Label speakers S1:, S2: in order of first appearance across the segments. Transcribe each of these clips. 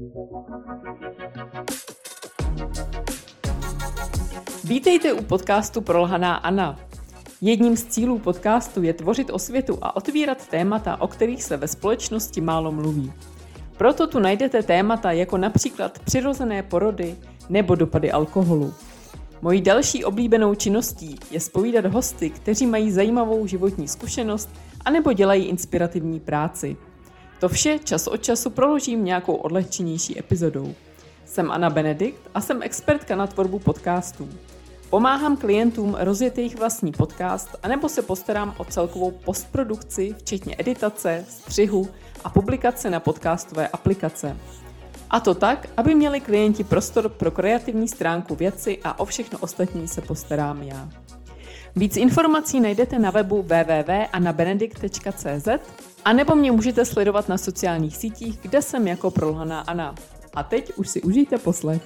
S1: Vítejte u podcastu Prolhaná Anna. Jedním z cílů podcastu je tvořit osvětu a otvírat témata, o kterých se ve společnosti málo mluví. Proto tu najdete témata jako například přirozené porody nebo dopady alkoholu. Mojí další oblíbenou činností je zpovídat hosty, kteří mají zajímavou životní zkušenost anebo dělají inspirativní práci. To vše čas od času proložím nějakou odlehčenější epizodou. Jsem Anna Benedikt a jsem expertka na tvorbu podcastů. Pomáhám klientům rozjet jejich vlastní podcast anebo se postarám o celkovou postprodukci, včetně editace, střihu a publikace na podcastové aplikace. A to tak, aby měli klienti prostor pro kreativní stránku věci a o všechno ostatní se postarám já. Víc informací najdete na webu www.annabenedikt.cz a nebo mě můžete sledovat na sociálních sítích, kde jsem jako Prolhaná Anna. A teď už si užijte poslech.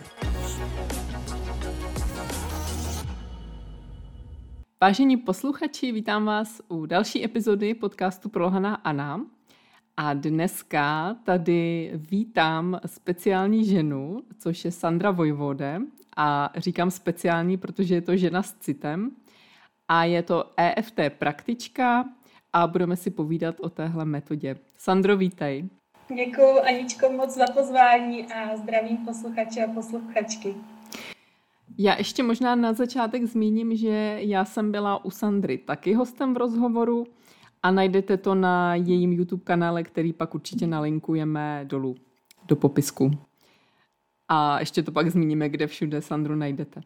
S1: Vážení posluchači, vítám vás u další epizody podcastu Prolhaná Anna. A dneska tady vítám speciální ženu, což je Sandra Vojvode. A říkám speciální, protože je to žena s citem. A je to EFT praktička a budeme si povídat o téhle metodě. Sandro, vítej.
S2: Děkuji, Aničko, moc za pozvání a zdravím posluchače a posluchačky.
S1: Já ještě možná na začátek zmíním, že já jsem byla u Sandry taky hostem v rozhovoru a najdete to na jejím YouTube kanále, který pak určitě nalinkujeme dolů do popisku. A ještě to pak zmíníme, kde všude Sandru najdete.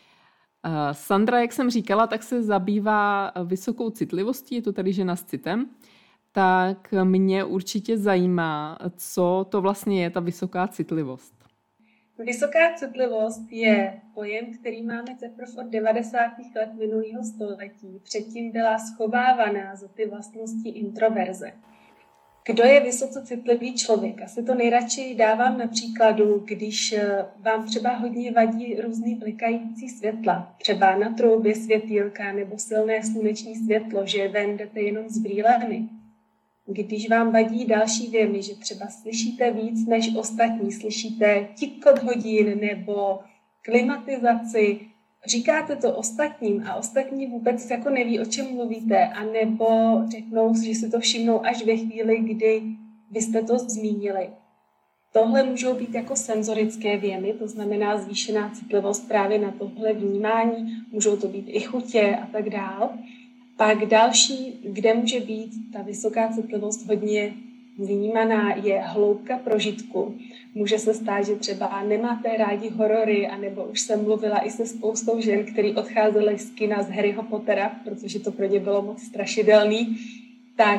S1: Sandra, jak jsem říkala, tak se zabývá vysokou citlivostí, je to tady žena s citem, tak mě určitě zajímá, co to vlastně je ta vysoká citlivost.
S2: Vysoká citlivost je pojem, který máme teprve od 90. let minulého století. Předtím byla schovávaná za ty vlastnosti introverze. Kdo je vysoce citlivý člověk? Asi to nejradši dávám na příkladu, když vám třeba hodně vadí různý blikající světla, třeba na troubě světýlka nebo silné sluneční světlo, že ven jdete jenom s brýlemi. Když vám vadí další věmy, že třeba slyšíte víc než ostatní, slyšíte tikot hodin nebo klimatizaci, říkáte to ostatním a ostatní vůbec jako neví, o čem mluvíte, anebo řeknou, že si to všimnou až ve chvíli, kdy byste to zmínili. Tohle můžou být jako senzorické věmy, to znamená zvýšená citlivost právě na tohle vnímání, můžou to být i chutě a tak dál. Pak další, kde může být ta vysoká citlivost hodně vnímaná, je hloubka prožitku. Může se stát, že třeba nemáte rádi horory, anebo už jsem mluvila i se spoustou žen, který odcházely z kina z Harryho Pottera, protože to pro ně bylo moc strašidelný. Tak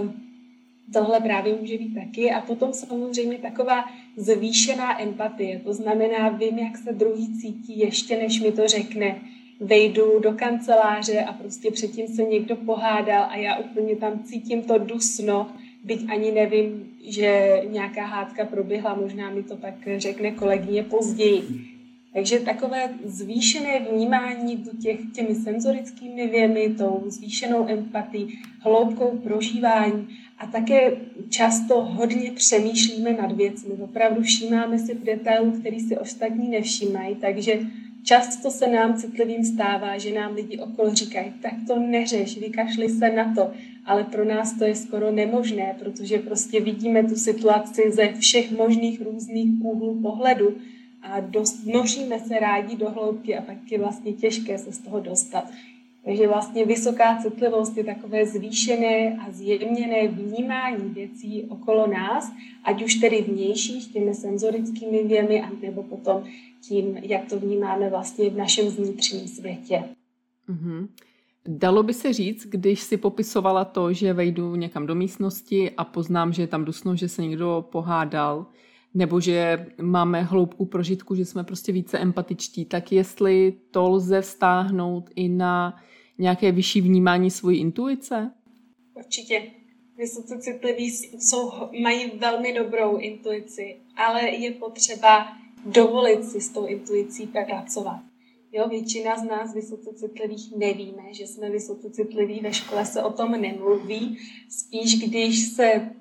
S2: tohle právě může být taky. A potom samozřejmě taková zvýšená empatie. To znamená, vím, jak se druhý cítí, ještě než mi to řekne. Vejdu do kanceláře a prostě předtím se někdo pohádal a já úplně tam cítím to dusno, byť ani nevím, že nějaká hádka proběhla, možná mi to pak řekne kolegyně později. Takže takové zvýšené vnímání těmi senzorickými věmy, tou zvýšenou empatii, hloubkou prožívání a také často hodně přemýšlíme nad věcmi. Opravdu všímáme si v detailu, který si ostatní nevšímají, takže často se nám citlivým stává, že nám lidi okolo říkají, tak to neřeš, vykašli se na to, ale pro nás to je skoro nemožné, protože prostě vidíme tu situaci ze všech možných různých úhlů pohledu a noříme se rádi do hloubky a pak je vlastně těžké se z toho dostat. Takže vlastně vysoká citlivost je takové zvýšené a zjemněné vnímání věcí okolo nás, ať už tedy vnějších, těmi senzorickými věmy, nebo potom tím, jak to vnímáme vlastně v našem vnitřním světě.
S1: Mm-hmm. Dalo by se říct, když si popisovala to, že vejdu někam do místnosti a poznám, že je tam dusno, že se někdo pohádal, nebo že máme hloubku prožitku, že jsme prostě více empatičtí, tak jestli to lze vztáhnout i na nějaké vyšší vnímání svojí intuice?
S2: Určitě. Vysoce citliví mají velmi dobrou intuici, ale je potřeba dovolit si s tou intuicí pracovat. Jo, většina z nás vysoce citlivých nevíme, že jsme vysoce citliví, ve škole se o tom nemluví. Spíš když se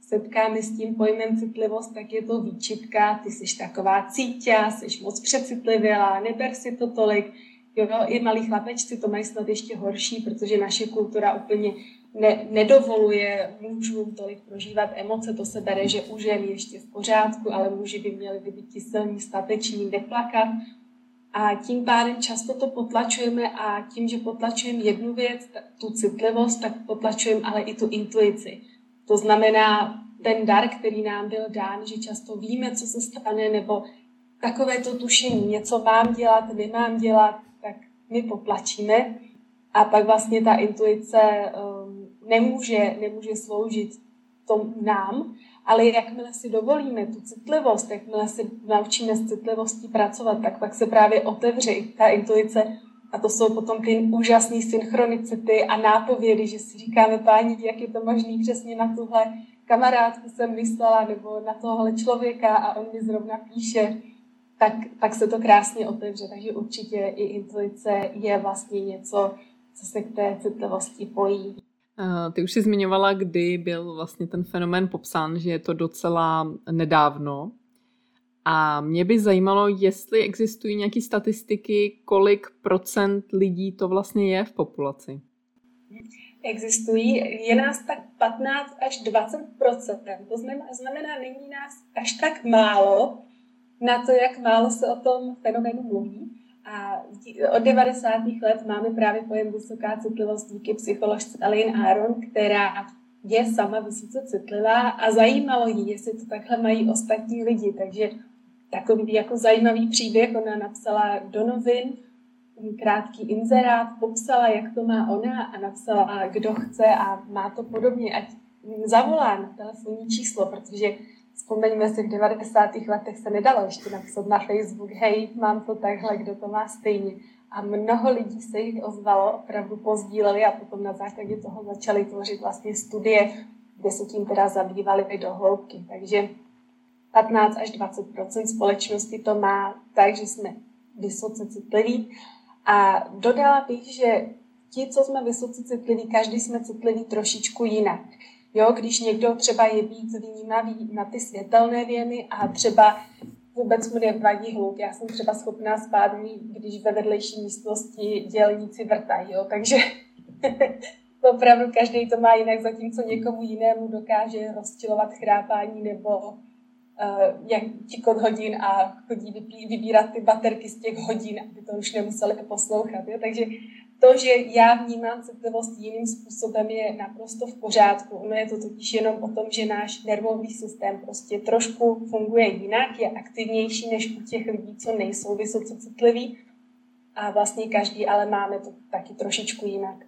S2: setkáme s tím pojmem citlivost, tak je to výčitka, ty jsi taková cíťa, jsi moc přecitlivělá, neber si to tolik. Jo, i malí chlapečci to mají snad ještě horší, protože naše kultura úplně nedovoluje mužům tolik prožívat emoce, to se bere, že u žen ještě v pořádku, ale muži by měli být silní, stateční, neplakat. A tím pádem často to potlačujeme a tím, že potlačujeme jednu věc, tu citlivost, tak potlačujeme ale i tu intuici. To znamená ten dar, který nám byl dán, že často víme, co se stane, nebo takové to tušení, něco mám dělat, nemám dělat, tak my potlačíme a pak vlastně ta intuice nemůže sloužit tomu nám, ale jakmile si dovolíme tu citlivost, jakmile si naučíme s citlivostí pracovat, tak pak se právě otevře i ta intuice a to jsou potom ty úžasné synchronicity a nápovědy, že si říkáme, páni, jak je to možný, přesně na tuhle kamarádku jsem myslela nebo na tohle člověka a on mi zrovna píše, tak se to krásně otevře. Takže určitě i intuice je vlastně něco, co se k té citlivosti pojí.
S1: Ty už jsi zmiňovala, kdy byl vlastně ten fenomén popsán, že je to docela nedávno. A mě by zajímalo, jestli existují nějaké statistiky, kolik procent lidí to vlastně je v populaci.
S2: Existují, je nás tak 15 až 20%. To znamená, není nás až tak málo na to, jak málo se o tom fenoménu mluví. A od 90. let máme právě pojem vysoká citlivost díky psycholožce Elaine Aron, která je sama vysoce citlivá a zajímalo jí, jestli to takhle mají ostatní lidi. Takže takový jako zajímavý příběh ona napsala do novin, krátký inzerát, popsala, jak to má ona a napsala, kdo chce a má to podobně, ať zavolá na telefonní číslo, protože vzpomeňme si, v 90. letech se nedalo ještě napsat na Facebook, hej, mám to takhle, kdo to má stejně. A mnoho lidí se jich ozvalo, opravdu pozdíleli a potom na základě toho začali tvořit vlastně studie, kde se tím teda zabývali do hloubky. Takže 15 až 20% společnosti to má tak, že jsme vysoce citliví. A dodala bych, že ti, co jsme vysoce citliví, každý jsme citliví trošičku jinak. Jo, když někdo třeba je víc vnímavý na ty světelné věmy a třeba vůbec mu nevadí hluk. Já jsem třeba schopná spát, když ve vedlejší místnosti dělníci vrtají, jo, takže opravdu každý to má jinak, zatímco někomu jinému dokáže rozčilovat chrápání nebo jak tikot hodin a chodí vybírat ty baterky z těch hodin, aby to už nemuseli poslouchat. Jo? Takže to, že já vnímám citlivost jiným způsobem, je naprosto v pořádku. Ono je to totiž jenom o tom, že náš nervový systém prostě trošku funguje jinak, je aktivnější než u těch lidí, co nejsou vysoce citliví. A vlastně každý, ale máme to taky trošičku jinak.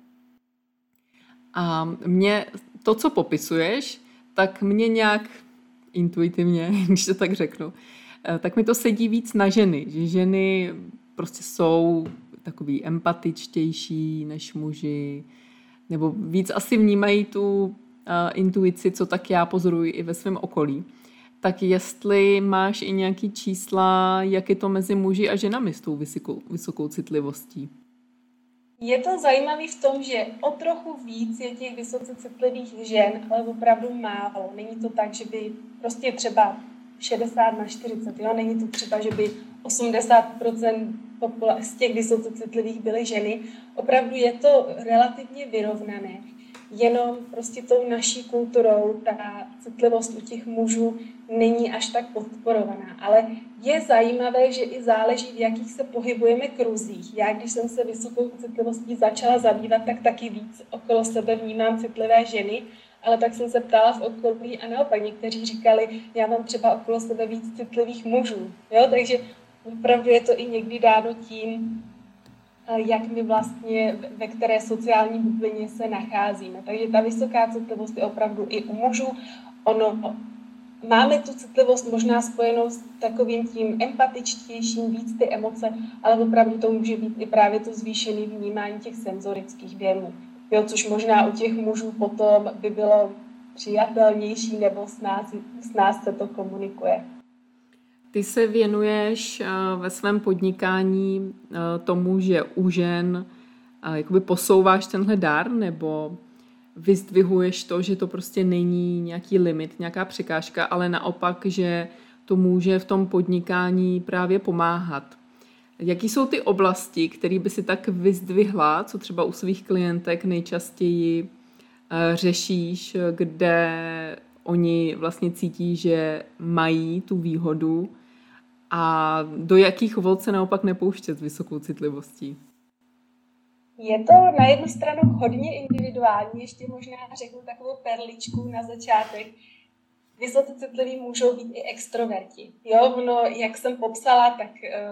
S1: A mě to, co popisuješ, tak mě nějak intuitivně, když to tak řeknu, tak mi to sedí víc na ženy, že ženy prostě jsou takový empatičtější než muži, nebo víc asi vnímají tu intuici, co tak já pozoruji i ve svém okolí. Tak jestli máš i nějaký čísla, jak je to mezi muži a ženami s tou vysokou citlivostí?
S2: Je to zajímavé v tom, že o trochu víc je těch vysoce citlivých žen, ale opravdu málo. Není to tak, že by prostě třeba 60/40, jo? Není to třeba, že by 80% z těch vysoce citlivých byly ženy. Opravdu je to relativně vyrovnané. Jenom prostě tou naší kulturou ta citlivost u těch mužů není až tak podporovaná. Ale je zajímavé, že i záleží, v jakých se pohybujeme kruzích. Já, když jsem se vysokou citlivostí začala zabývat, tak taky víc okolo sebe vnímám citlivé ženy, ale tak jsem se ptala v okolí a naopak někteří říkali, já mám třeba okolo sebe víc citlivých mužů. Jo? Takže opravdu je to i někdy dáno tím, jak my vlastně, ve které sociální bublině se nacházíme. Takže ta vysoká citlivost je opravdu i u mužů. Máme tu citlivost možná spojenou s takovým tím empatičtějším, víc ty emoce, ale opravdu to může být i právě to zvýšené vnímání těch senzorických věmů. Jo, což možná u těch mužů potom by bylo přijatelnější nebo s nás se to komunikuje.
S1: Ty se věnuješ ve svém podnikání tomu, že u žen jakoby posouváš tenhle dar, nebo vyzdvihuješ to, že to prostě není nějaký limit, nějaká překážka, ale naopak, že to může v tom podnikání právě pomáhat. Jaký jsou ty oblasti, které by si tak vyzdvihla, co třeba u svých klientek nejčastěji řešíš, kde oni vlastně cítí, že mají tu výhodu a do jakých vod se naopak nepouštět s vysokou citlivostí?
S2: Je to na jednu stranu hodně individuální, ještě možná řeknu takovou perličku na začátek. Vysoce citliví můžou být i extroverti. Jo, jak jsem popsala, tak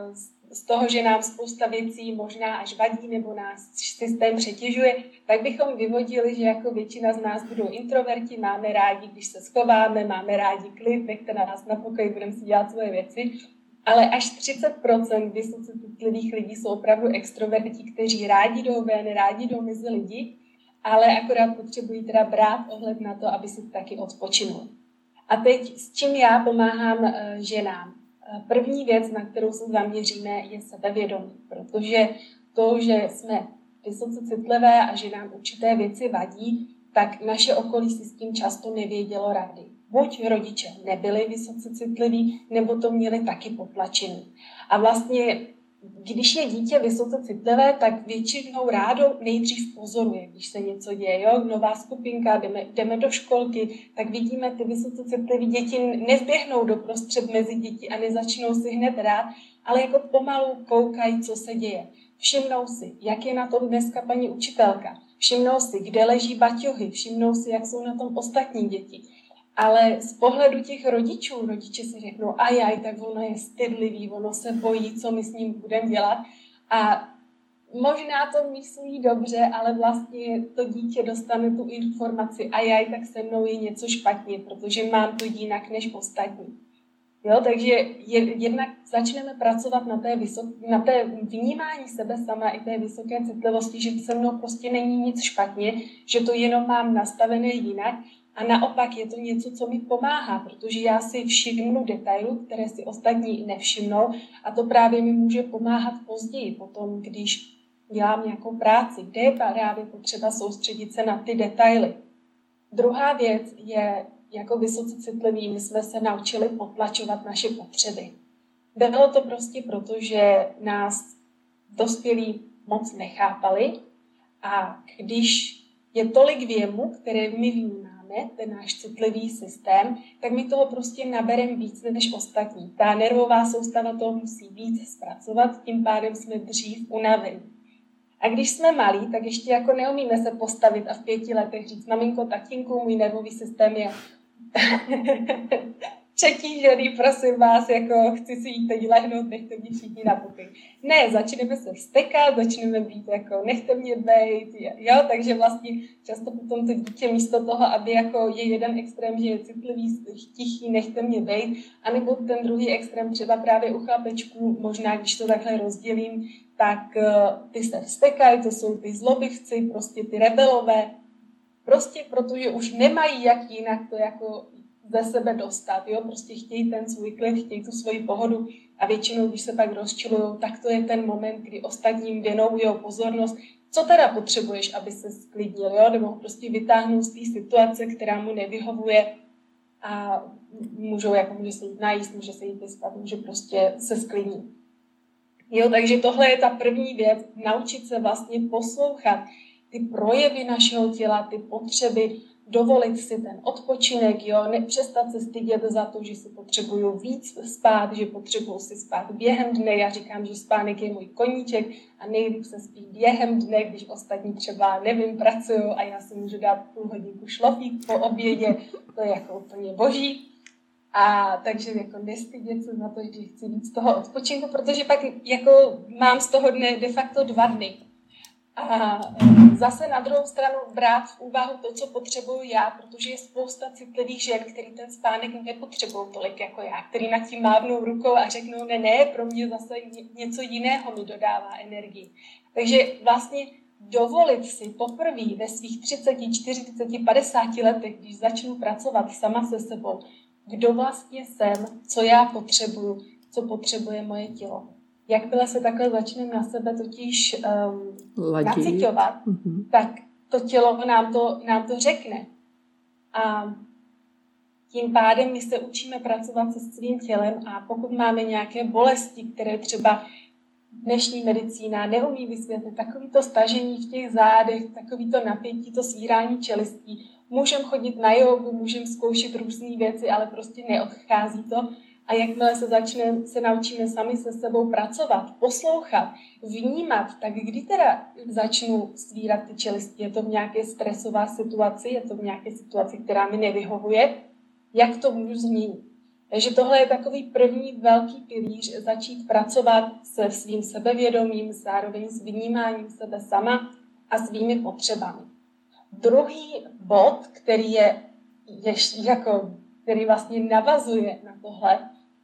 S2: z toho, že nám spousta věcí možná až vadí nebo nás systém přetěžuje, tak bychom vyvodili, že jako většina z nás budou introverti, máme rádi, když se schováme, máme rádi klid, nechte nás na pokoji, budeme si dělat svoje věci. Ale až 30% vysoce citlivých lidí jsou opravdu extroverti, kteří rádi jdou ven, rádi jdou mezi lidi, ale akorát potřebují teda brát ohled na to, aby si taky odpočinuli. A teď s čím já pomáhám ženám? První věc, na kterou se zaměříme, je sebevědomí, protože to, že jsme vysoce citlivé a že nám určité věci vadí, tak naše okolí si s tím často nevědělo rady. Buď rodiče nebyli vysoce citliví, nebo to měli taky potlačený. A vlastně, když je dítě vysoce citlivé, tak většinou rádo nejdřív pozoruje, když se něco děje. Jo? Nová skupinka, jdeme do školky, tak vidíme, ty vysoce citlivé děti nevběhnou doprostřed mezi děti a nezačnou si hned rád, ale jako pomalu koukají, co se děje. Všimnou si, jak je na tom dneska paní učitelka. Všimnou si, kde leží baťohy. Všimnou si, jak jsou na tom ostatní děti. Ale z pohledu těch rodiče si řeknou, ajaj, tak ono je stydlivý, ono se bojí, co my s ním budeme dělat. A možná to myslí dobře, ale vlastně to dítě dostane tu informaci, ajaj, tak se mnou je něco špatně, protože mám to jinak než ostatní. Jo, takže jednak začneme pracovat na té vnímání sebe sama i té vysoké citlivosti, že se mnou prostě není nic špatně, že to jenom mám nastavené jinak. A naopak je to něco, co mi pomáhá, protože já si všimnu detailů, které si ostatní nevšimnou a to právě mi může pomáhat později, potom, když dělám nějakou práci, kde je právě potřeba soustředit se na ty detaily. Druhá věc je, jako vysoce citliví, my jsme se naučili potlačovat naše potřeby. Bylo to prostě proto, že nás dospělí moc nechápali a když je tolik věmu, které my vnímáme, ten náš citlivý systém, tak my toho prostě nabereme víc než ostatní. Ta nervová soustava toho musí víc zpracovat, tím pádem jsme dřív unavení. A když jsme malí, tak ještě jako neumíme se postavit a v 5 letech říct, maminko, tatínku, můj nervový systém je přetížený, prosím vás, jako chci si jít teď lehnout, nechte mě všichni na pokoj. Ne, začneme se vztekat, začneme být jako nechte mě bejt, jo, takže vlastně často potom to dítě místo toho, aby jako je jeden extrém, že je citlivý, tichý, nechte mě bejt, anebo ten druhý extrém třeba právě u chlapečků, možná když to takhle rozdělím, tak ty se vztekají, to jsou ty zlobivci, prostě ty rebelové, prostě protože už nemají jak jinak to jako ze sebe dostat, jo, prostě chtějí ten svůj klid, chtějí tu svoji pohodu a většinou, když se pak rozčilujou, tak to je ten moment, kdy ostatním věnujou pozornost, co teda potřebuješ, aby se sklidnil, jo, nebo ho prostě vytáhnou z té situace, která mu nevyhovuje a může se jít najíst, může se jít vyspat, může prostě se sklidnit. Jo, takže tohle je ta první věc, naučit se vlastně poslouchat ty projevy našeho těla, ty potřeby, dovolit si ten odpočinek, jo, nepřestat se stydět za to, že si potřebuju víc spát, že potřebuju si spát během dne. Já říkám, že spánek je můj koníček a nejlíp se spí během dne, když ostatní třeba, nevím, pracují a já si můžu dát půl hodinku šlofík po obědě, to je jako úplně boží. A takže jako nestydět se za to, že chci víc toho odpočinku, protože pak jako mám z toho dne de facto 2 dny. A zase na druhou stranu brát v úvahu to, co potřebuju já, protože je spousta citlivých žen, který ten spánek nepotřebují tolik jako já, který nad tím mávnou rukou a řeknou, ne, pro mě zase něco jiného mi dodává energii. Takže vlastně dovolit si poprvé ve svých 30, 40, 50 letech, když začnu pracovat sama se sebou, kdo vlastně jsem, co já potřebuju, co potřebuje moje tělo. Jakmile se takhle začneme na sebe totiž naciťovat, tak to tělo nám to řekne. A tím pádem my se učíme pracovat se svým tělem a pokud máme nějaké bolesti, které třeba dnešní medicína neumí vysvětlit, takovýto stažení v těch zádech, takovýto napětí, to svírání čelistí, můžeme chodit na jogu, můžeme zkoušet různé věci, ale prostě neodchází to. A jakmile se naučíme sami se sebou pracovat, poslouchat, vnímat, tak kdy teda začnu svírat ty čelisti? Je to v nějaké stresové situaci, je to v nějaké situaci, která mi nevyhovuje? Jak to můžu změnit? Takže tohle je takový první velký pilíř, začít pracovat se svým sebevědomím, zároveň s vnímáním sebe sama a svými potřebami. Druhý bod, který vlastně navazuje na tohle,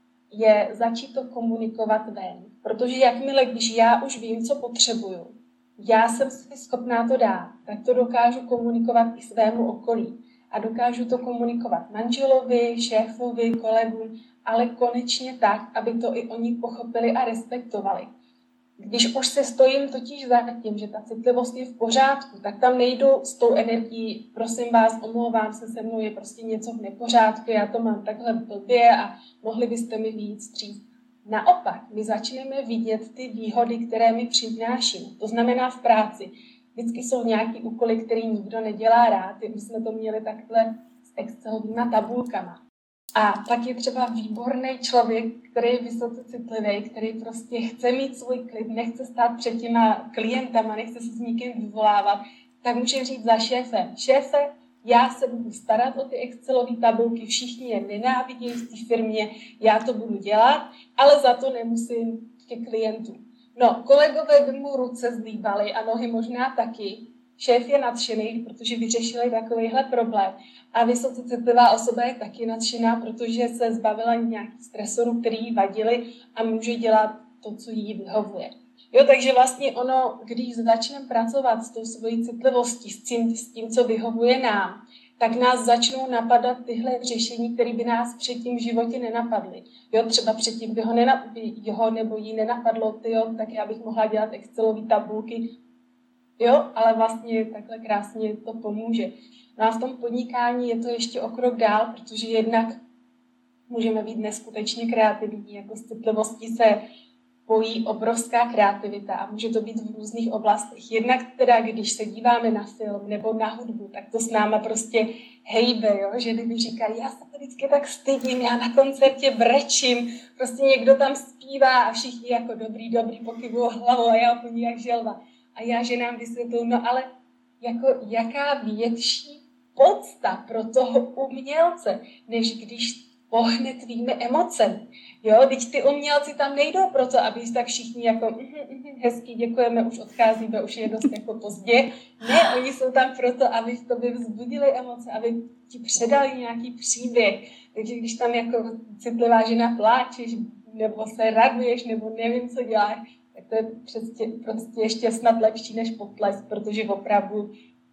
S2: je začít to komunikovat ven. Protože jakmile, když já už vím, co potřebuju, já jsem si schopná to dát, tak to dokážu komunikovat i svému okolí. A dokážu to komunikovat manželovi, šéfovi, kolegům, ale konečně tak, aby to i oni pochopili a respektovali. Když už se stojím totiž za tím, že ta citlivost je v pořádku, tak tam nejdu s tou energií, prosím vás, omlouvám se mnou, je prostě něco v nepořádku, já to mám takhle blbě a mohli byste mi vyjít vstříc. Naopak, my začneme vidět ty výhody, které mi přináší. To znamená v práci. Vždycky jsou nějaký úkoly, který nikdo nedělá rád. My jsme to měli takhle s Excelovýma tabulkama. A pak je třeba výborný člověk, který je vysoce citlivý, který prostě chce mít svůj klid, nechce stát před těma klientama, nechce se s nikým vyvolávat, tak může říct za šéfem: šéfe, já se budu starat o ty Excelové tabulky, všichni je nenávidějí v té firmě, já to budu dělat, ale za to nemusím ke klientům. No, kolegové by mu ruce zlíbaly a nohy možná taky. Šéf je nadšený, protože vyřešili takovýhle problém. A vysoce citlivá osoba je taky nadšená, protože se zbavila nějakých stresorů, který jí vadili a může dělat to, co jí vyhovuje. Jo, takže vlastně ono, když začneme pracovat s tou svojí citlivostí, s tím, co vyhovuje nám, tak nás začnou napadat tyhle řešení, které by nás předtím v životě nenapadly. Jo, třeba předtím by ho nebo jí nenapadlo, tak já bych mohla dělat Excelové tabulky, jo, ale vlastně takhle krásně to pomůže. No a v tom podnikání je to ještě o krok dál, protože jednak můžeme být neskutečně kreativní, jako s citlivostí se pojí obrovská kreativita a může to být v různých oblastech. Jednak teda, když se díváme na film nebo na hudbu, tak to s náma prostě hejbe, jo? Že kdyby říkali, já se to vždycky tak stydím, já na koncertě brečím, prostě někdo tam zpívá a všichni jako dobrý, pokyvují hlavou a já úplně jak želva. A já ženám vysvětluji, no ale jako jaká větší podsta pro toho umělce, než když pohne tvými emocemi. Jo, teď ty umělci tam nejdou proto, aby tak všichni jako hezky děkujeme, už odcházíme, už je dost jako pozdě. Ne, oni jsou tam proto, aby v tobě vzbudili emoce, aby ti předali nějaký příběh. Takže když tam jako citlivá žena pláčeš, nebo se raduješ, nebo nevím, co děláš, tak to je prostě ještě snad lepší než potlesk, protože opravdu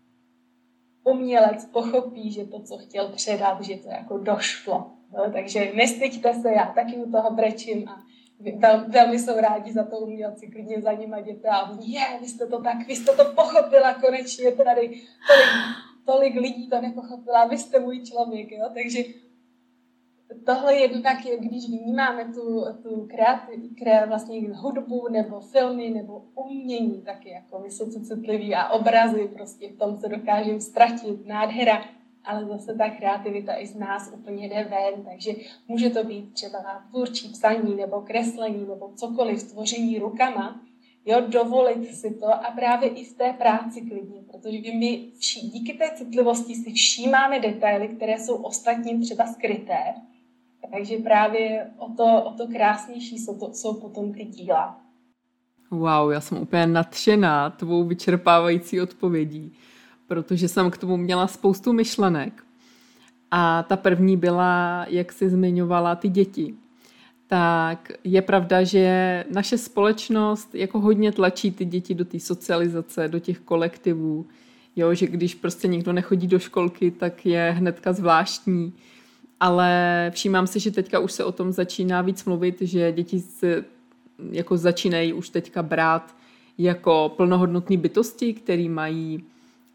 S2: umělec pochopí, že to, co chtěl předat, že to jako došlo. No, takže nestyďte se, já taky u toho brečím a velmi jsou rádi za to umělci, klidně za nima jděte a vy jste to pochopila konečně, tady tolik lidí to nepochopila, vy jste můj člověk, jo, takže tohle jednak je, když vnímáme tu vlastně hudbu nebo filmy nebo umění taky jako vysoce citlivý a obrazy, prostě v tom se dokážeme ztratit, nádhera, ale zase ta kreativita i z nás úplně jde ven, takže může to být třeba tvůrčí psaní nebo kreslení nebo cokoliv, tvoření rukama, jo, dovolit si to a právě i v té práci klidně, protože my díky té citlivosti si všímáme detaily, které jsou ostatním třeba skryté, takže právě o to krásnější jsou potom ty díla.
S1: Wow, já jsem úplně nadšená tvou vyčerpávající odpovědí, protože jsem k tomu měla spoustu myšlenek. A ta první byla, jak jsi zmiňovala, ty děti. Tak je pravda, že naše společnost jako hodně tlačí ty děti do té socializace, do těch kolektivů. Jo, že když prostě někdo nechodí do školky, tak je hnedka zvláštní. Ale všímám si, že teďka už se o tom začíná víc mluvit, že děti se jako začínají už teďka brát jako plnohodnotné bytosti, které mají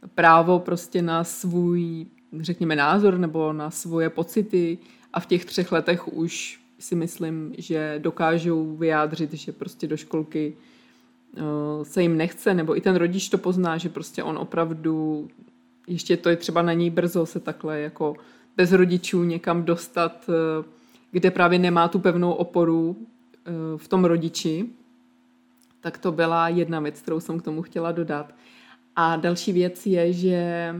S1: právo prostě na svůj, řekněme, názor nebo na svoje pocity a v těch 3 letech už si myslím, že dokážou vyjádřit, že prostě do školky se jim nechce, nebo i ten rodič to pozná, že prostě on opravdu, ještě to je třeba na něj brzo se takhle jako bez rodičů někam dostat, kde právě nemá tu pevnou oporu v tom rodiči. Tak to byla jedna věc, kterou jsem k tomu chtěla dodat. A další věc je, že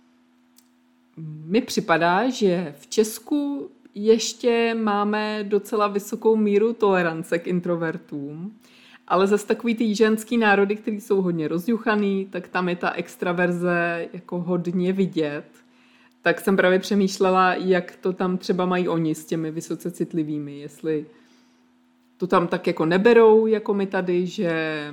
S1: mi připadá, že v Česku ještě máme docela vysokou míru tolerance k introvertům, ale zase takový ty ženský národy, který jsou hodně rozjuchaný, tak tam je ta extraverze jako hodně vidět. Tak jsem právě přemýšlela, jak to tam třeba mají oni s těmi vysoce citlivými, jestli to tam tak jako neberou, jako my tady, že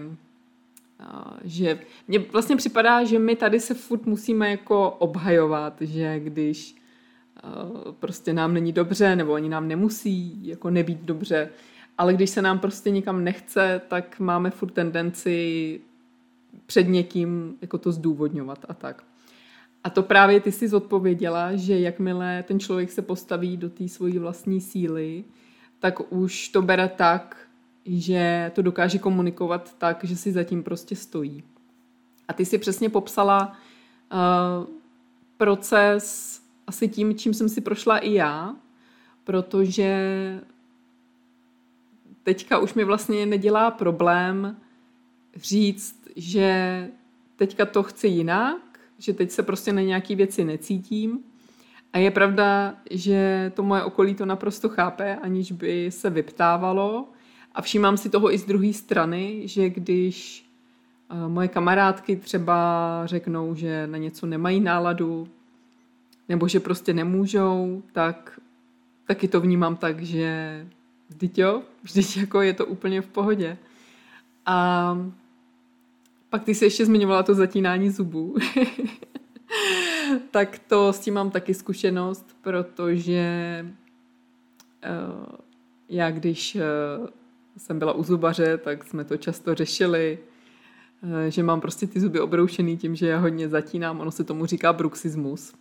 S1: mně vlastně připadá, že my tady se furt musíme jako obhajovat, že když prostě nám není dobře, nebo oni nám nemusí jako nebýt dobře, ale když se nám prostě nikam nechce, tak máme furt tendenci před někým jako to zdůvodňovat a tak. A to právě ty jsi zodpověděla, že jakmile ten člověk se postaví do té svojí vlastní síly, tak už to bere tak, že to dokáže komunikovat tak, že si zatím prostě stojí. A ty si přesně popsala proces asi tím, čím jsem si prošla i já, protože teďka už mi vlastně nedělá problém říct, že teďka to chci jinak, že teď se prostě na nějaký věci necítím. A je pravda, že to moje okolí to naprosto chápe, aniž by se vyptávalo. A všímám si toho i z druhé strany, že když moje kamarádky třeba řeknou, že na něco nemají náladu, nebo že prostě nemůžou, tak taky to vnímám tak, že vždyť jako je to úplně v pohodě. A pak ty jsi ještě zmiňovala to zatínání zubů. Tak to s tím mám taky zkušenost, protože já když jsem byla u zubaře, tak jsme to často řešili, že mám prostě ty zuby obroušený tím, že já hodně zatínám, ono se tomu říká bruxismus.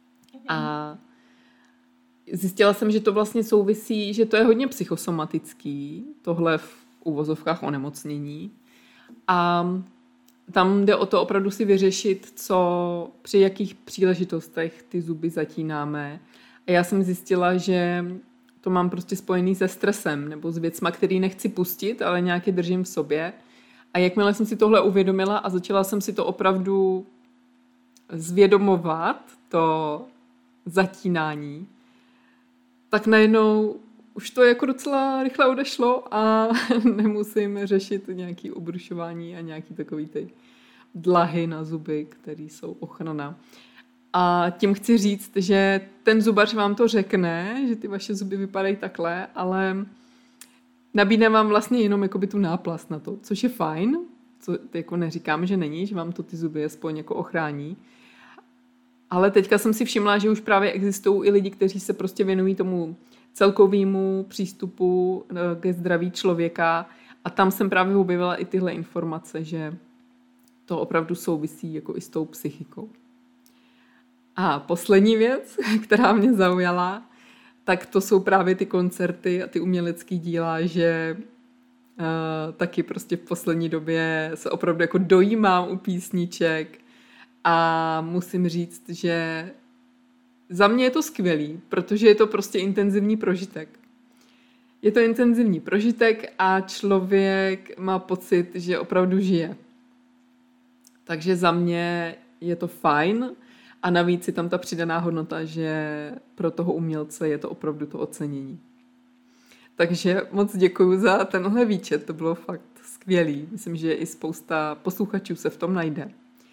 S1: A zjistila jsem, že to vlastně souvisí, že to je hodně psychosomatický, tohle v uvozovkách onemocnění. A tam jde o to opravdu si vyřešit, co při jakých příležitostech ty zuby zatínáme. A já jsem zjistila, že to mám prostě spojený se stresem nebo s věcma, který nechci pustit, ale nějaké držím v sobě. A jakmile jsem si tohle uvědomila a začala jsem si to opravdu zvědomovat, to zatínání, tak najednou už to jako docela rychle odešlo a nemusím řešit nějaké obrušování a nějaký takový ty dlahy na zuby, které jsou ochrana. A tím chci říct, že ten zubař vám to řekne, že ty vaše zuby vypadají takhle, ale nabídne vám vlastně jenom jakoby tu náplast na to, což je fajn, co jako neříkám, že není, že vám to ty zuby aspoň jako ochrání. Ale teďka jsem si všimla, že už právě existují i lidi, kteří se prostě věnují tomu celkovému přístupu ke zdraví člověka a tam jsem právě objevila i tyhle informace, že to opravdu souvisí jako i s tou psychikou. A poslední věc, která mě zaujala, tak to jsou právě ty koncerty a ty umělecký díla, že taky prostě v poslední době se opravdu jako dojímám u písniček a musím říct, že za mě je to skvělý, protože je to prostě intenzivní prožitek. Je to intenzivní prožitek a člověk má pocit, že opravdu žije. Takže za mě je to fajn a navíc je tam ta přidaná hodnota, že pro toho umělce je to opravdu to ocenění. Takže moc děkuju za tenhle výčet, to bylo fakt skvělý. Myslím, že i spousta posluchačů se v tom najde.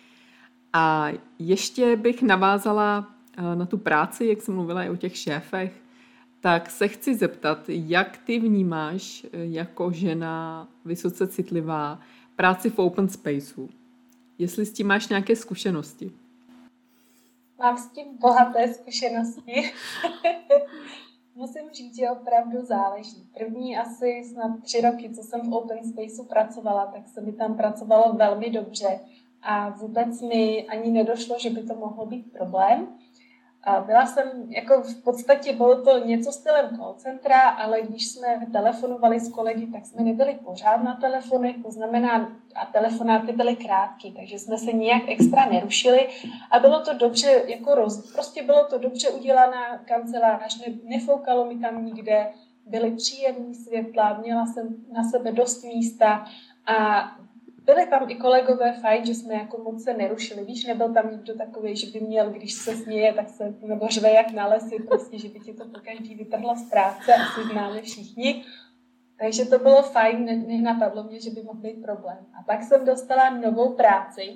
S1: A ještě bych navázala na tu práci, jak jsem mluvila i o těch šéfech, tak se chci zeptat, jak ty vnímáš jako žena vysoce citlivá práci v open spaceu. Jestli s tím máš nějaké zkušenosti.
S2: Mám s tím bohaté zkušenosti. Musím říct, že opravdu záleží. První asi snad 3 roky, co jsem v open spaceu pracovala, tak se mi tam pracovalo velmi dobře. a vůbec mi ani nedošlo, že by to mohlo být problém. Byla jsem, jako v podstatě bylo to něco stylem call centra, ale když jsme telefonovali s kolegy, tak jsme nebyli pořád na telefonech, to znamená, a telefonáty byly krátké, takže jsme se nijak extra nerušili a bylo to dobře, prostě bylo to dobře udělaná kancelář, nefoukalo mi tam nikde, byly příjemný světla, měla jsem na sebe dost místa a byli tam i kolegové fajn, že jsme jako moc se nerušili. Víš, nebyl tam nikdo takový, že by měl, když se směje, tak se nebo řve jak na lesy, prostě, že by ti to pokaždý vytrhlo z práce, asi známe všichni. Takže to bylo fajn, nenapadlo mě, že by mohl být problém. A pak jsem dostala novou práci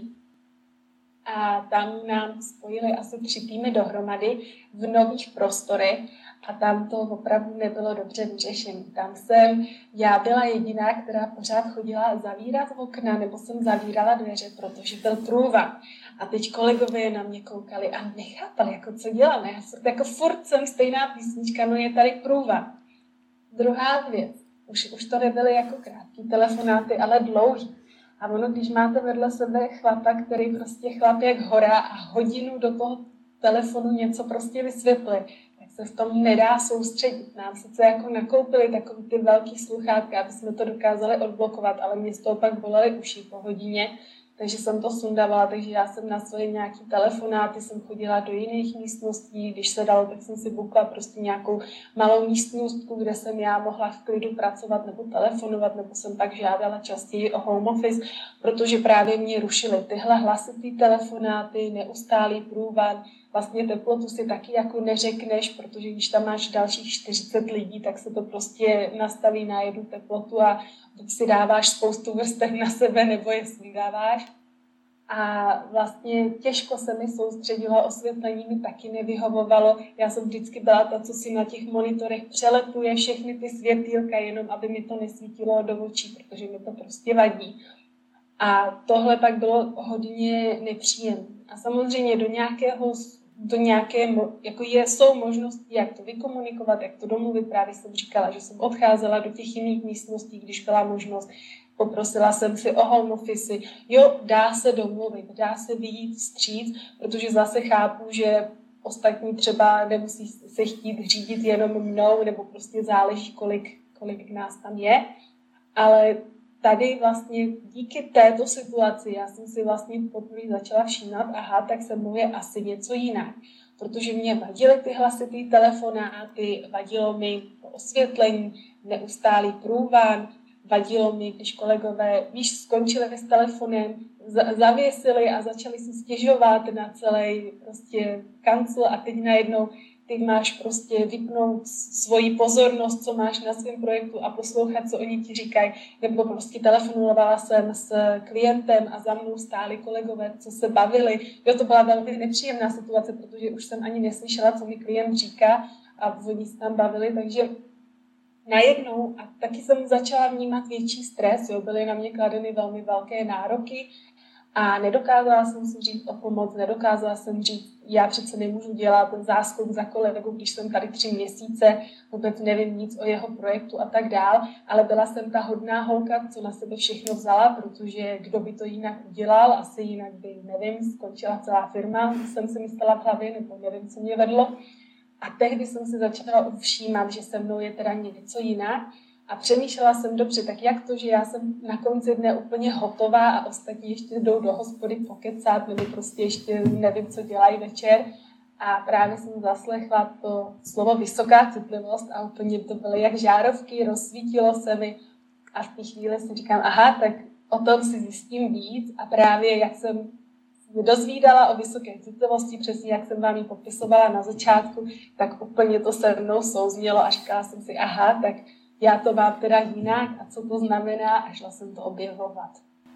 S2: a tam nám spojili asi 3 týmy dohromady v nových prostorech a tam to opravdu nebylo dobře vyřešené. Tam jsem já byla jediná, která pořád chodila zavírat okna nebo jsem zavírala dveře, protože byl průvan. A teď kolegové na mě koukali a nechápali, jako co dělám. Já furt jsem stejná písnička, no je tady průvan. Druhá věc, už to nebyly jako krátký telefonáty, ale dlouhý. A ono, když máte vedle sebe chlapa, který prostě chlap jak hora a hodinu do toho telefonu něco prostě vysvětlí, tak se v tom nedá soustředit. Nám sice jako nakoupili takový ty velký sluchátka, aby jsme to dokázali odblokovat, ale mě z toho pak bolely uši po hodině, takže jsem to sundavala, takže já jsem na svoje nějaký telefonáty, jsem chodila do jiných místností, když se dalo, tak jsem si bukla prostě nějakou malou místnostku, kde jsem já mohla v klidu pracovat nebo telefonovat, nebo jsem pak žádala častěji o home office, protože právě mě rušily tyhle hlasitý telefonáty, neustálý průvan, vlastně teplotu si taky jako neřekneš, protože když tam máš dalších 40 lidí, tak se to prostě nastaví na jednu teplotu a buď si dáváš spoustu vrstev na sebe, nebo je svídáváš. A vlastně těžko se mi soustředila, osvětlení mi taky nevyhovovalo. Já jsem vždycky byla ta, co si na těch monitorech přelepuje všechny ty světýlka, jenom aby mi to nesvítilo do očí, protože mi to prostě vadí. A tohle pak bylo hodně nepříjemné. A samozřejmě jsou možnosti, jak to vykomunikovat, jak to domluvit. Právě jsem říkala, že jsem odcházela do těch jiných místností, když byla možnost. Poprosila jsem si o home office. Jo, dá se domluvit, dá se vyjít vstříc, protože zase chápu, že ostatní třeba nemusí se chtít řídit jenom mnou, nebo prostě záleží, kolik nás tam je. Ale tady vlastně díky této situaci já jsem si vlastně poprvé začala všímat, tak se mnou je asi něco jinak. Protože mě vadily ty hlasitý telefonáty, vadilo mi to osvětlení, neustálý průvan, vadilo mi, když kolegové, skončili s telefonem, zavěsili a začali si stěžovat na celý prostě kancel a teď najednou ty máš prostě vypnout svoji pozornost, co máš na svém projektu a poslouchat, co oni ti říkají. Nebo prostě telefonovala jsem s klientem a za mnou stáli kolegové, co se bavili. Jo, to byla velmi nepříjemná situace, protože už jsem ani neslyšela, co mi klient říká a oni se tam bavili, takže najednou a taky jsem začala vnímat větší stres, jo, byly na mě kladeny velmi velké nároky a nedokázala jsem si říct o pomoc, nedokázala jsem říct, já přece nemůžu dělat záskok za kolegou, když jsem tady 3 měsíce, vůbec nevím nic o jeho projektu a tak dál, ale byla jsem ta hodná holka, co na sebe všechno vzala, protože kdo by to jinak udělal, asi jinak by, nevím, skončila celá firma, jsem si myslela v hlavě, nebo nevím, co mě vedlo. A tehdy jsem si začala všímat, že se mnou je teda něco jinak a přemýšlela jsem dobře, tak jak to, že já jsem na konci dne úplně hotová a ostatní ještě jdou do hospody pokecat nebo prostě ještě nevím, co dělají večer. A právě jsem zaslechla to slovo vysoká citlivost a úplně to byly jak žárovky, rozsvítilo se mi a v té chvíli si říkám, tak o tom si zjistím víc a právě jak jsem dozvídala o vysoké citlivosti, přesně jak jsem vám ji popisovala na začátku, tak úplně to se mnou souznělo a říkala jsem si, tak já to mám teda jinak a co to znamená a šla jsem to objevovat.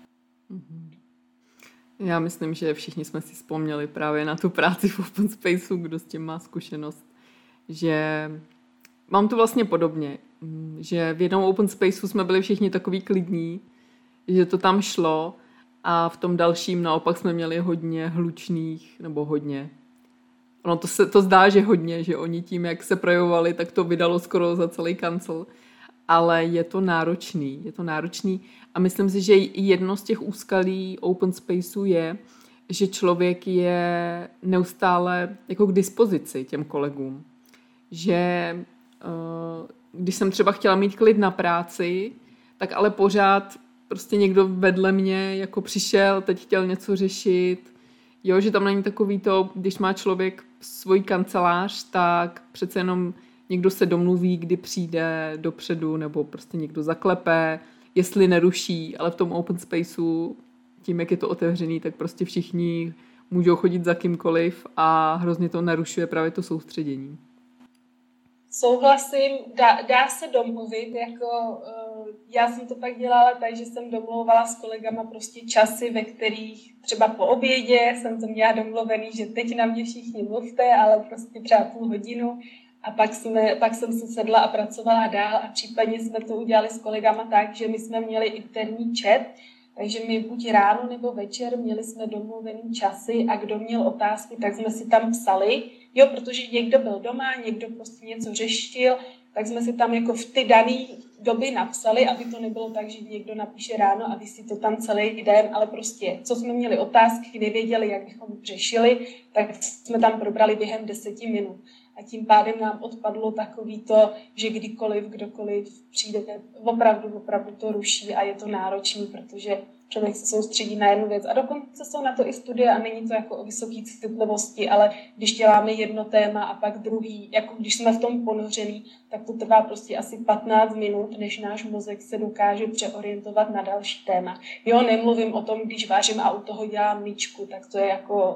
S1: Já myslím, že všichni jsme si vzpomněli právě na tu práci v Open Spaceu, kdo s tím má zkušenost, že mám to vlastně podobně, že v jednom Open Spaceu jsme byli všichni takový klidní, že to tam šlo, a v tom dalším naopak jsme měli hodně hlučných, nebo hodně. Ono to zdá, že hodně, že oni tím, jak se projevovali, tak to vydalo skoro za celý kancel. ale je to náročný a myslím si, že jedno z těch úskalí open spaceu je, že člověk je neustále jako k dispozici těm kolegům. Že když jsem třeba chtěla mít klid na práci, tak ale pořád prostě někdo vedle mě jako přišel, teď chtěl něco řešit. Jo, že tam není takový to, když má člověk svoji kancelář, tak přece jenom někdo se domluví, kdy přijde dopředu, nebo prostě někdo zaklepe, jestli neruší, ale v tom open spaceu, tím, jak je to otevřený, tak prostě všichni můžou chodit za kýmkoliv a hrozně to narušuje právě to soustředění.
S2: Souhlasím, dá se domluvit, jako já jsem to pak dělala tak, že jsem domlouvala s kolegama prostě časy, ve kterých třeba po obědě jsem to měla domluvený, že teď na mě všichni mluvte, ale prostě třeba půl hodinu a pak jsem se sedla a pracovala dál a případně jsme to udělali s kolegama tak, že my jsme měli interní chat, takže my buď ráno nebo večer měli jsme domluvený časy a kdo měl otázky, tak jsme si tam psali. Jo, protože někdo byl doma, někdo prostě něco řešil, tak jsme si tam jako v ty dané doby napsali, aby to nebylo tak, že někdo napíše ráno a vysí to tam celý den, ale prostě, co jsme měli otázky, nevěděli, jak bychom řešili, tak jsme tam probrali během 10 minut. A tím pádem nám odpadlo takový to, že kdykoliv, kdokoliv přijde, opravdu to ruší a je to náročný, protože člověk se soustředí na jednu věc. A dokonce jsou na to i studie a není to jako o vysoké citlivosti, ale když děláme jedno téma a pak druhý, jako když jsme v tom ponořený, tak to trvá prostě asi 15 minut, než náš mozek se dokáže přeorientovat na další téma. Jo, nemluvím o tom, když vážím a u toho dělám myčku, tak to je jako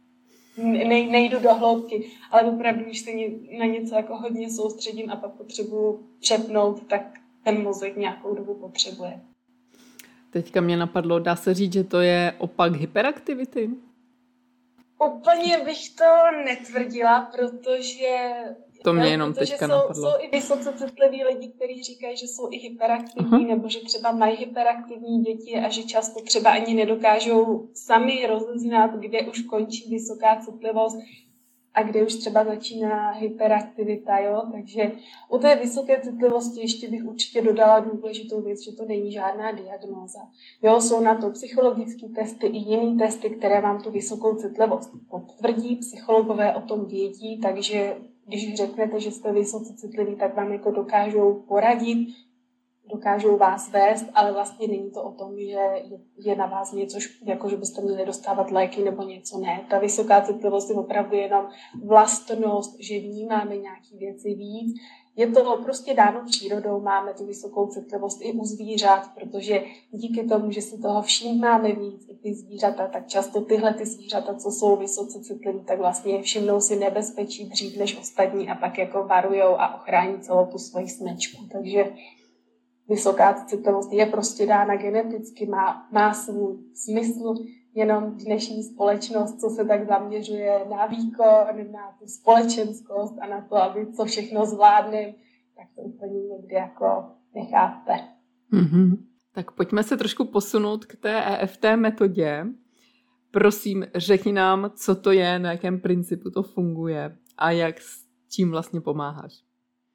S2: nejdu do hloubky, ale opravdu, když se na něco jako hodně soustředím a pak potřebuji přepnout, tak ten mozek nějakou dobu potřebuje.
S1: Teďka mě napadlo, dá se říct, že to je opak hyperaktivity?
S2: Úplně bych to netvrdila, protože...
S1: To mě jenom teďka napadlo.
S2: Jsou i vysoce citliví lidi, kteří říkají, že jsou i hyperaktivní, nebo že třeba mají hyperaktivní děti a že často třeba ani nedokážou sami rozeznat, kde už končí vysoká citlivost a kde už třeba začíná hyperaktivita, jo? Takže u té vysoké citlivosti ještě bych určitě dodala důležitou věc, že to není žádná diagnóza. Jo, jsou na to psychologické testy i jiné testy, které vám tu vysokou citlivost potvrdí, psychologové o tom vědí, takže když řeknete, že jste vysoce citliví, tak vám jako dokážou poradit, dokážou vás vést, ale vlastně není to o tom, že je na vás něco, jako že byste měli dostávat léky nebo něco, ne. Ta vysoká citlivost je opravdu jenom vlastnost, že vnímáme nějaké věci víc. Je to prostě dáno přírodou, máme tu vysokou citlivost i u zvířat, protože díky tomu, že si toho všímáme víc, i ty zvířata, tak často tyhle ty zvířata, co jsou vysoce citliví, tak vlastně všimnou si nebezpečí dřív než ostatní a pak jako varujou a ochrání celou tu svoji smečku. Takže vysoká citlivost je prostě dána geneticky, má svůj smysl, jenom dnešní společnost, co se tak zaměřuje na výkon, na tu společenskost a na to, aby co všechno zvládneme, tak to úplně někdy jako nechápe.
S1: Mm-hmm. Tak pojďme se trošku posunout k té EFT metodě. Prosím, řekni nám, co to je, na jakém principu to funguje a jak s čím vlastně pomáháš.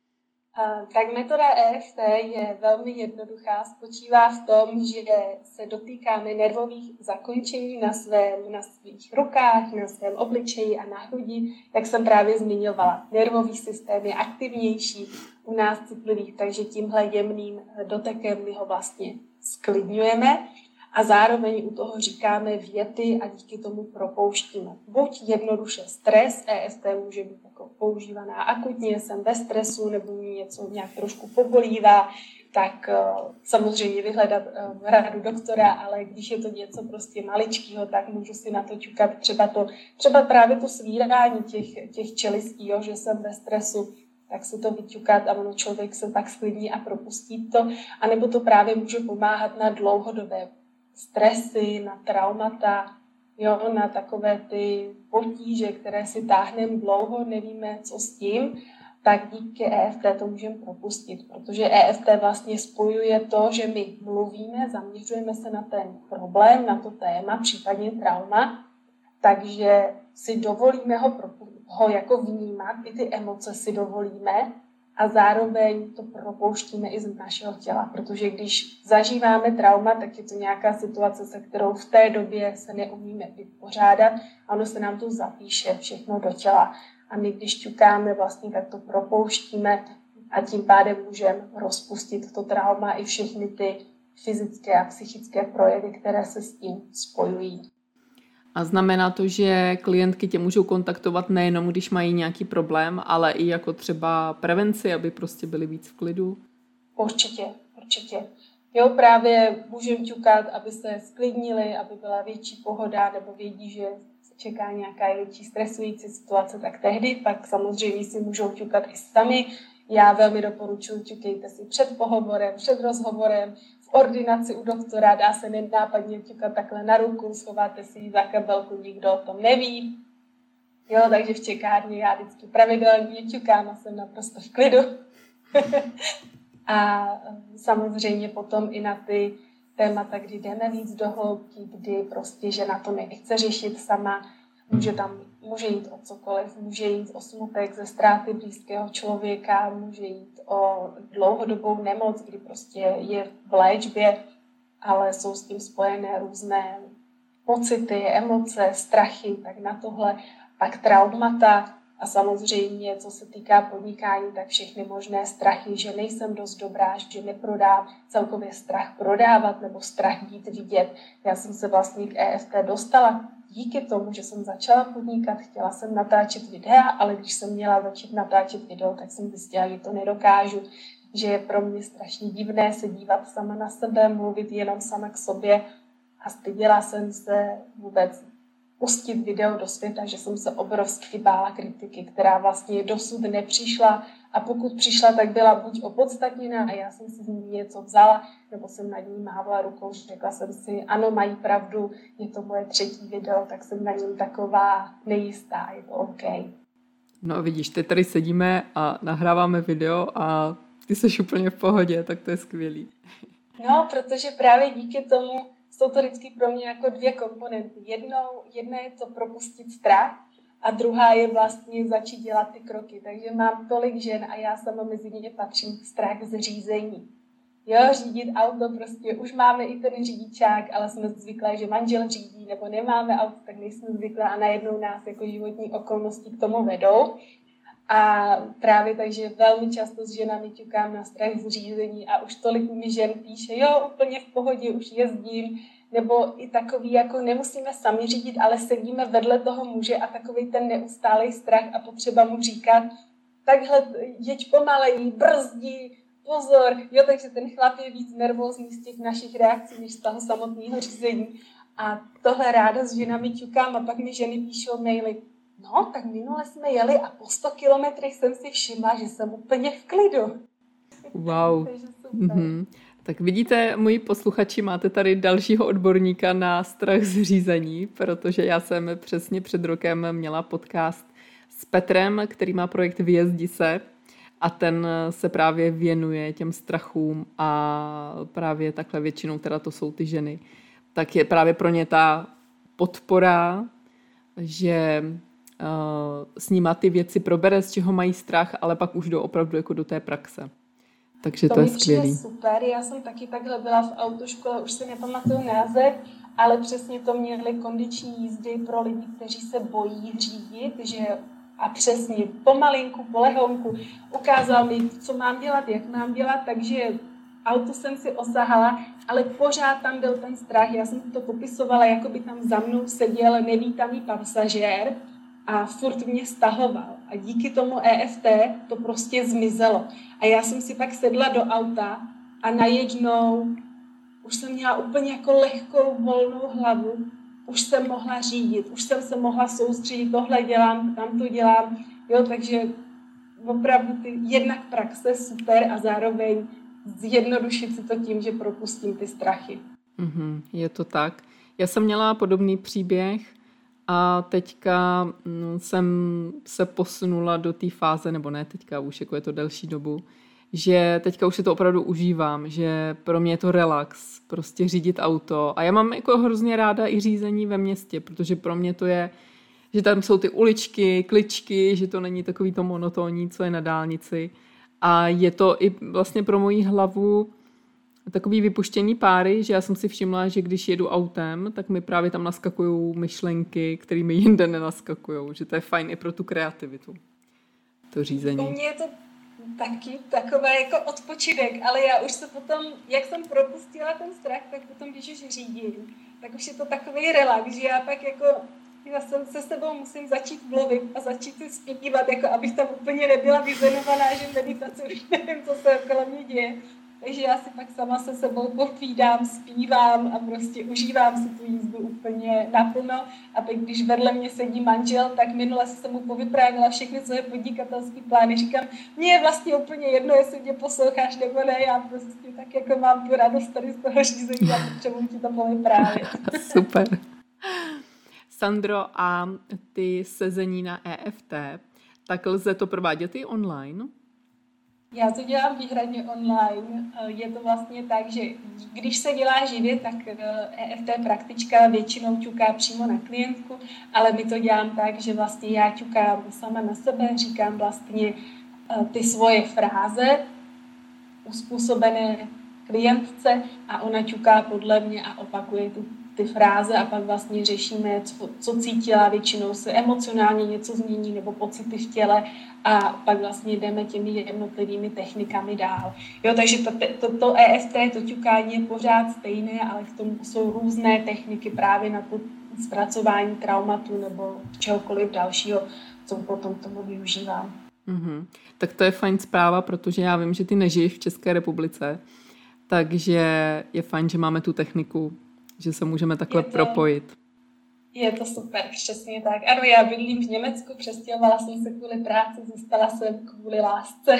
S2: Tak metoda EFT je velmi jednoduchá, spočívá v tom, že se dotýkáme nervových zakončení na svých rukách, na svém obličeji a na hrudi, jak jsem právě zmiňovala. Nervový systém je aktivnější u nás citlivých, takže tímhle jemným dotekem my ho vlastně sklidňujeme a zároveň u toho říkáme věty a díky tomu propouštíme. Buď jednoduše stres, EFT může být jako používaná akutně, jsem ve stresu nebo mě něco nějak trošku pobolívá, tak samozřejmě vyhledat radu doktora, ale když je to něco prostě maličkého, tak můžu si na to ťukat třeba právě to svírání těch čelistí, jo, že jsem ve stresu, tak si to vyťukat a ono člověk se tak sklidní a propustí to, anebo to právě může pomáhat na dlouhodobé stresy, na traumata, jo, na takové ty potíže, které si táhneme dlouho, nevíme, co s tím, tak díky EFT to můžeme propustit, protože EFT vlastně spojuje to, že my mluvíme, zaměřujeme se na ten problém, na to téma, případně trauma, takže si dovolíme ho jako vnímat, i ty emoce si dovolíme a zároveň to propouštíme i z našeho těla, protože když zažíváme trauma, tak je to nějaká situace, se kterou v té době se neumíme vypořádat a ono se nám to zapíše všechno do těla. A my, když ťukáme, vlastně tak to propouštíme a tím pádem můžeme rozpustit to trauma i všechny ty fyzické a psychické projevy, které se s tím spojují.
S1: A znamená to, že klientky tě můžou kontaktovat nejenom, když mají nějaký problém, ale i jako třeba prevenci, aby prostě byly víc v klidu?
S2: Určitě. Jo, právě můžeme ťukat, aby se sklidnili, aby byla větší pohoda, nebo vědí, že se čeká nějaká větší stresující situace, tak tehdy pak samozřejmě si můžou ťukat i sami. Já velmi doporučuji, ťukejte si před pohovorem, před rozhovorem, v ordinaci u doktora, dá se nenápadně ťukat takhle na ruku, schováte si ji za kabelku, nikdo o tom neví. Jo, takže v čekárně já vždycky pravidelně ťukám a jsem naprosto v klidu. A samozřejmě potom i na ty témata, kdy jdeme víc do hloubky, kdy prostě žena to nechce řešit sama, může jít o cokoliv, může jít o smutek ze ztráty blízkého člověka, může jít o dlouhodobou nemoc, kdy prostě je v léčbě, ale jsou s tím spojené různé pocity, emoce, strachy, tak na tohle, pak traumata a samozřejmě, co se týká podnikání, tak všechny možné strachy, že nejsem dost dobrá, že neprodám, celkově strach prodávat nebo strach být vidět. Já jsem se vlastně k EFT dostala díky tomu, že jsem začala podnikat, chtěla jsem natáčet videa, ale když jsem měla začít natáčet video, tak jsem zjistila, že to nedokážu, že je pro mě strašně divné se dívat sama na sebe, mluvit jenom sama k sobě a styděla jsem se vůbec pustit video do světa, že jsem se obrovsky bála kritiky, která vlastně dosud nepřišla a pokud přišla, tak byla buď opodstatněná a já jsem si z ní něco vzala, nebo jsem nad ní mávala rukou, řekla jsem si, ano, mají pravdu, je to moje 3. video, tak jsem na něm taková nejistá, je to OK.
S1: No vidíš, teď tady sedíme a nahráváme video a ty jsi úplně v pohodě, tak to je skvělý.
S2: No, protože právě díky tomu jsou to vždycky pro mě jako 2 komponenty. Jedna je to propustit strach a druhá je vlastně začít dělat ty kroky. Takže mám tolik žen a já sama mezi ně patřím strach z řízení. Jo, řídit auto prostě, už máme i ten řidičák, ale jsme zvyklé, že manžel řídí, nebo nemáme auto, tak nejsme zvyklé a najednou nás jako životní okolnosti k tomu vedou. A právě takže velmi často s ženami ťukám na strach z řízení a už tolik mi žen píše, jo, úplně v pohodě, už jezdím, nebo i takový, jako nemusíme sami řídit, ale sedíme vedle toho muže a takový ten neustálý strach a potřeba mu říkat, takhle jeď pomaleji, brzdi, pozor, jo, takže ten chlap je víc nervózní z těch našich reakcí, než z toho samotného řízení. A tohle ráda s ženami ťukám a pak mi ženy píšou maily, no, tak minule jsme jeli a po 100 kilometrech jsem si všimla, že jsem úplně v klidu.
S1: Wow. Tak vidíte, moji posluchači, máte tady dalšího odborníka na strach z řízení, protože já jsem přesně před rokem měla podcast s Petrem, který má projekt Vyjezdi se a ten se právě věnuje těm strachům a právě takhle většinou teda to jsou ty ženy. Tak je právě pro ně ta podpora, že s nima ty věci probere, z čeho mají strach, ale pak už jdou opravdu jako do té praxe. Takže to je skvělý.
S2: Super, já jsem taky takhle byla v autoškole, už si nepamatuju název, ale přesně to měly kondiční jízdy pro lidi, kteří se bojí řídit, že a přesně pomalinku, polehonku ukázal mi, co mám dělat, jak mám dělat, takže auto jsem si osahala, ale pořád tam byl ten strach, já jsem to popisovala, jako by tam za mnou seděl nevítaný pasažér a furt mě stahoval. A díky tomu EFT to prostě zmizelo. A já jsem si pak sedla do auta a najednou už jsem měla úplně jako lehkou, volnou hlavu. Už jsem mohla řídit, už jsem se mohla soustředit, tohle dělám, tam to dělám. Jo, takže opravdu jednak praxe super a zároveň zjednodušit si to tím, že propustím ty strachy.
S1: Je to tak. Já jsem měla podobný příběh a teďka jsem se posunula do té fáze, nebo ne teďka, už jako je to delší dobu, že teďka už si to opravdu užívám, že pro mě je to relax, prostě řídit auto. A já mám jako hrozně ráda i řízení ve městě, protože pro mě to je, že tam jsou ty uličky, kličky, že to není takový to monotónní, co je na dálnici. A je to i vlastně pro moji hlavu takový vypuštění páry, že já jsem si všimla, že když jedu autem, tak mi právě tam naskakují myšlenky, které mi jinde nenaskakují. Že to je fajn i pro tu kreativitu. To řízení.
S2: U mě je to taky takové jako odpočinek, ale já už se potom, jak jsem propustila ten strach, tak potom, když už řídím, tak už je to takový relax, že já pak jako já se sebou musím začít mluvit a začít si zpívat, jako abych tam úplně nebyla vyzenovaná, že meditace už nevím, co se okolo mě děje. Takže já si pak sama se sebou povídám, zpívám a prostě užívám si tu jízdu úplně naplno. A teď, když vedle mě sedí manžel, tak minule jsem mu povyprávila všechny svoje podnikatelské plány. Říkám, mně je vlastně úplně jedno, jestli mě posloucháš nebo ne, já prostě tak jako mám tu radost tady z toho řízení a potřebuji ti to povyprávět.
S1: Super. Sandro, a ty sezení na EFT, tak lze to provádět i online?
S2: Já to dělám výhradně online. Je to vlastně tak, že když se dělá živě, tak EFT praktička většinou ťuká přímo na klientku, ale my to dělám tak, že vlastně já ťukám sama na sebe, říkám vlastně ty svoje fráze uspůsobené klientce a ona ťuká podle mě a opakuje ty fráze a pak vlastně řešíme, co cítila, většinou se emocionálně něco změní nebo pocity v těle a pak vlastně jdeme těmi jednotlivými technikami dál. Jo, takže to EFT, to ťukání je pořád stejné, ale k tomu jsou různé techniky právě na to zpracování traumatu nebo čehokoliv dalšího, co potom tomu využívám.
S1: Mm-hmm. Tak to je fajn zpráva, protože já vím, že ty nežiješ v České republice, takže je fajn, že máme tu techniku, že se můžeme takhle propojit.
S2: Je to super, přesně tak. Ano, já bydlím v Německu, přestěhovala jsem se kvůli práci, zůstala jsem kvůli lásce.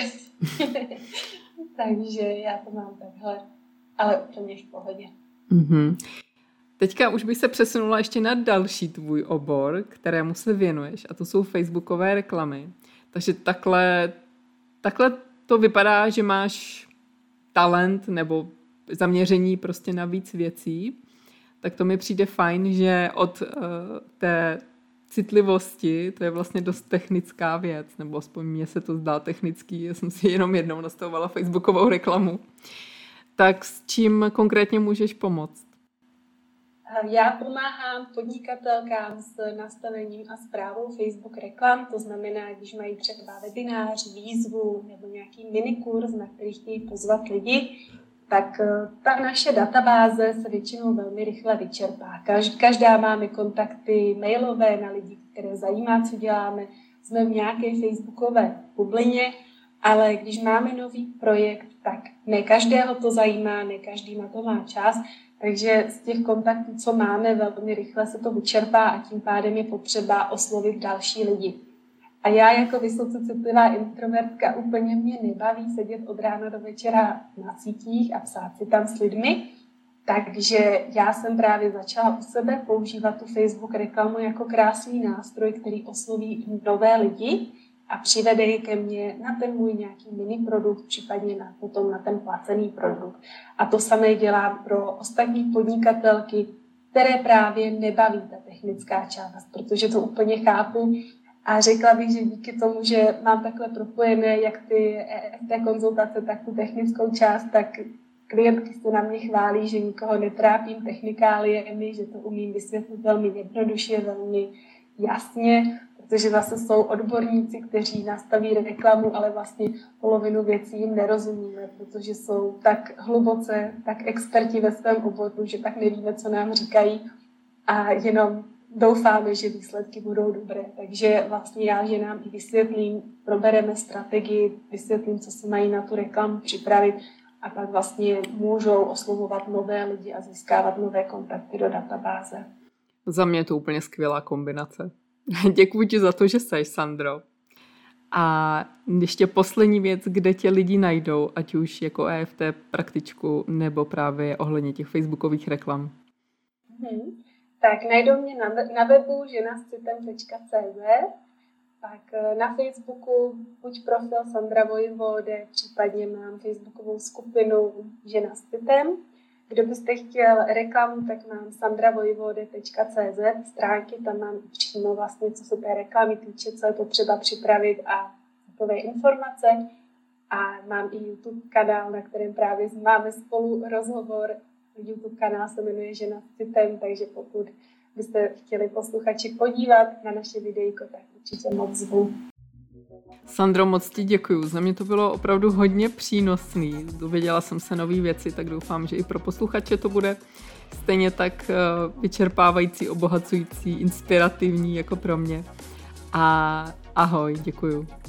S2: Takže já to mám takhle, ale úplně v pohodě.
S1: Mm-hmm. Teďka už bych se přesunula ještě na další tvůj obor, kterému se věnuješ, a to jsou facebookové reklamy. Takže takhle to vypadá, že máš talent nebo zaměření prostě na víc věcí. Tak to mi přijde fajn, že od té citlivosti, to je vlastně dost technická věc, nebo aspoň mně se to zdá technický, já jsem si jenom jednou nastavovala facebookovou reklamu. Tak s čím konkrétně můžeš pomoct?
S2: Já pomáhám podnikatelkám s nastavením a správou Facebook reklam, to znamená, když mají třeba webinář, výzvu nebo nějaký minikurz, na který chtějí pozvat lidi, tak ta naše databáze se většinou velmi rychle vyčerpá. Každá máme kontakty mailové na lidi, které zajímá, co děláme. Jsme v nějaké facebookové bublině, ale když máme nový projekt, tak ne každého to zajímá, ne každý na to má čas, takže z těch kontaktů, co máme, velmi rychle se to vyčerpá a tím pádem je potřeba oslovit další lidi. A já jako vysoce citlivá introvertka úplně mě nebaví sedět od rána do večera na sítích a psát si tam s lidmi. Takže já jsem právě začala u sebe používat tu Facebook reklamu jako krásný nástroj, který osloví nové lidi a přivede je ke mně na ten můj nějaký mini produkt, případně potom na ten placený produkt. A to samé dělám pro ostatní podnikatelky, které právě nebaví ta technická část, protože to úplně chápu. A řekla bych, že díky tomu, že mám takhle propojené jak ty konzultace, tak tu technickou část, tak klientky se na mě chválí, že nikoho netrápím technikáliemi, že to umím vysvětlit velmi jednoduše, velmi jasně, protože zase jsou odborníci, kteří nastaví reklamu, ale vlastně polovinu věcí jim nerozumíme, protože jsou tak hluboce, tak experti ve svém oboru, že tak nevíme, co nám říkají a jenom doufáme, že výsledky budou dobré. Takže vlastně já ženám i vysvětlím, probereme strategii, vysvětlím, co si mají na tu reklamu připravit a pak vlastně můžou oslovovat nové lidi a získávat nové kontakty do databáze.
S1: Za mě je to úplně skvělá kombinace. Děkuji ti za to, že seš, Sandro. A ještě poslední věc, kde tě lidi najdou, ať už jako EFT praktičku nebo právě ohledně těch facebookových reklam.
S2: Tak najdou mě na webu ženascitem.cz, pak na Facebooku buď profil Sandra Vojvode, případně mám facebookovou skupinu Žena s citem. Kdo byste chtěl reklamu, tak mám sandravojvode.cz stránky, tam mám přímo vlastně, co se té reklamy týče, co je potřeba připravit a takové informace. A mám i YouTube kanál, na kterém právě máme spolu rozhovor. YouTube kanál se jmenuje Žena s citem, takže pokud byste chtěli posluchači podívat na naše videjko, tak určitě moc zvu.
S1: Sandro, moc ti děkuju. Za mě to bylo opravdu hodně přínosný. Dověděla jsem se nový věci, tak doufám, že i pro posluchače to bude stejně tak vyčerpávající, obohacující, inspirativní jako pro mě. A ahoj, děkuju.